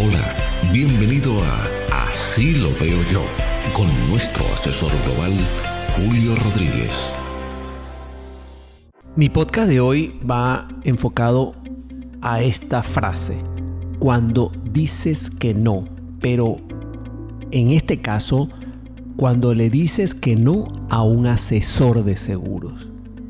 Hola, bienvenido a Así lo veo yo, con nuestro asesor global, Julio Rodríguez. Mi podcast de hoy va enfocado a esta frase: cuando dices que no, pero en este caso, cuando le dices que no a un asesor de seguros.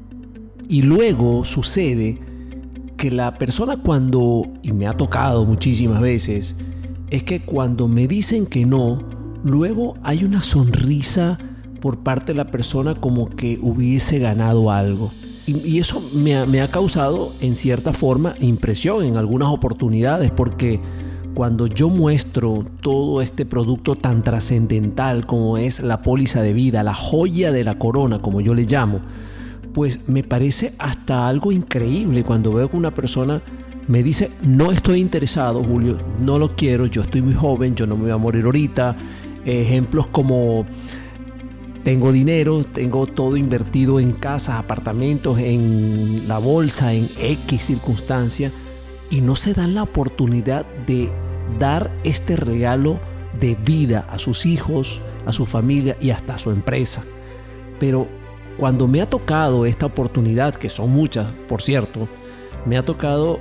Y luego sucede que la persona y me ha tocado muchísimas veces, es que cuando me dicen que no, luego hay una sonrisa por parte de la persona como que hubiese ganado algo. Y eso me ha causado en cierta forma impresión en algunas oportunidades, porque cuando yo muestro todo este producto tan trascendental como es la póliza de vida, la joya de la corona, como yo le llamo, pues me parece hasta algo increíble cuando veo que una persona me dice: no estoy interesado, Julio, no lo quiero, yo estoy muy joven, yo no me voy a morir ahorita. Ejemplos como: tengo dinero, tengo todo invertido en casas, apartamentos, en la bolsa, en X circunstancia, y no se dan la oportunidad de dar este regalo de vida a sus hijos, a su familia y hasta a su empresa. Pero cuando me ha tocado esta oportunidad, que son muchas, por cierto, me ha tocado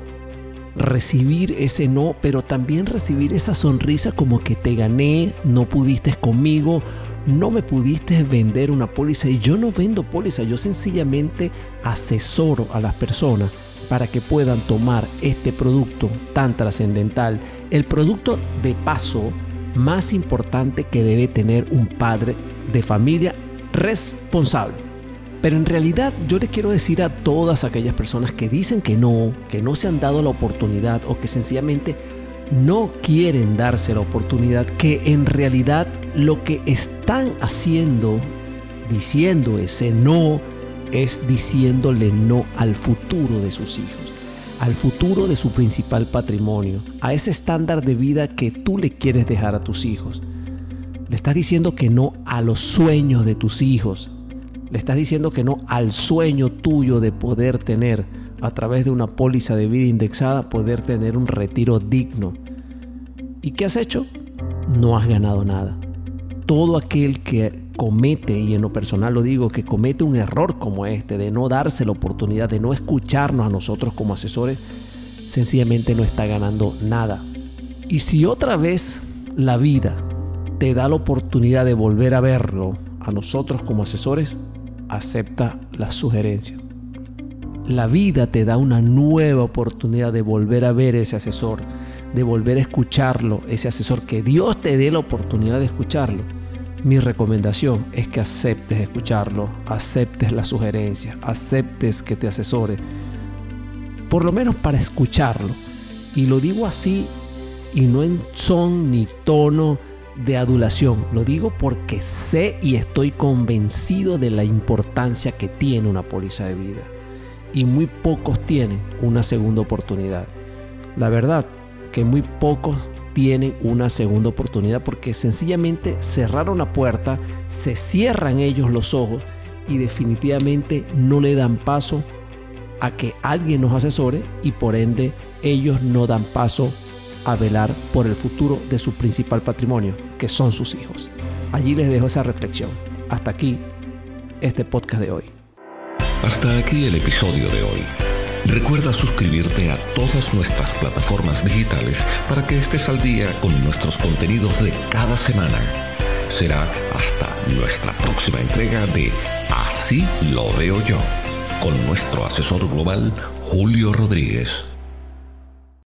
recibir ese no, pero también recibir esa sonrisa como que te gané, no pudiste conmigo, no me pudiste vender una póliza. Y yo no vendo póliza, yo sencillamente asesoro a las personas para que puedan tomar este producto tan trascendental, el producto de paso más importante que debe tener un padre de familia responsable. Pero en realidad yo les quiero decir a todas aquellas personas que dicen que no se han dado la oportunidad o que sencillamente no quieren darse la oportunidad, que en realidad lo que están haciendo, diciendo ese no, es diciéndole no al futuro de sus hijos, al futuro de su principal patrimonio, a ese estándar de vida que tú le quieres dejar a tus hijos. Le estás diciendo que no a los sueños de tus hijos. Le estás diciendo que no al sueño tuyo de poder tener, a través de una póliza de vida indexada, poder tener un retiro digno. ¿Y qué has hecho? No has ganado nada. Todo aquel que comete, y en lo personal lo digo, que comete un error como este, de no darse la oportunidad, de no escucharnos a nosotros como asesores, sencillamente no está ganando nada. Y si otra vez la vida te da la oportunidad de volver a verlo a nosotros como asesores, acepta la sugerencia. La vida te da una nueva oportunidad de volver a ver ese asesor, de volver a escucharlo, ese asesor, que Dios te dé la oportunidad de escucharlo. Mi recomendación es que aceptes escucharlo, aceptes la sugerencia, aceptes que te asesore, por lo menos para escucharlo. Y lo digo así, y no en son ni tono de adulación, lo digo porque sé y estoy convencido de la importancia que tiene una póliza de vida, y muy pocos tienen una segunda oportunidad. La verdad que muy pocos tienen una segunda oportunidad porque sencillamente cerraron la puerta, se cierran ellos los ojos y definitivamente no le dan paso a que alguien nos asesore, y por ende ellos no dan paso a velar por el futuro de su principal patrimonio, que son sus hijos. Allí les dejo esa reflexión. Hasta aquí este podcast de hoy. Hasta aquí el episodio de hoy. Recuerda suscribirte a todas nuestras plataformas digitales para que estés al día con nuestros contenidos de cada semana. Será hasta nuestra próxima entrega de Así lo veo yo, con nuestro asesor global, Julio Rodríguez.